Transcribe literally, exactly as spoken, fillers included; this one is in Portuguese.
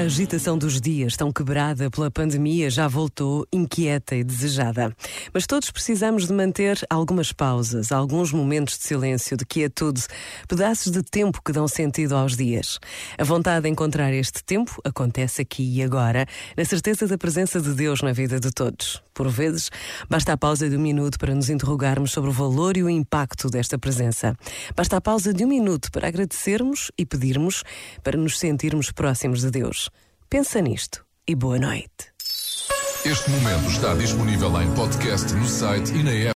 agitação dos dias, tão quebrada pela pandemia, já voltou inquieta e desejada. Mas todos precisamos de manter algumas pausas, alguns momentos de silêncio, de quietude, pedaços de tempo que dão sentido aos dias. A vontade de encontrar este tempo acontece aqui e agora, na certeza da presença de Deus na vida de todos. Por vezes, basta a pausa de um minuto para nos interrogarmos sobre o valor e o impacto desta presença. Basta a pausa de um minuto para agradecermos e pedirmos para nos sentirmos próximos de Deus. Pensa nisto e boa noite. Este momento está disponível em podcast no site e na app.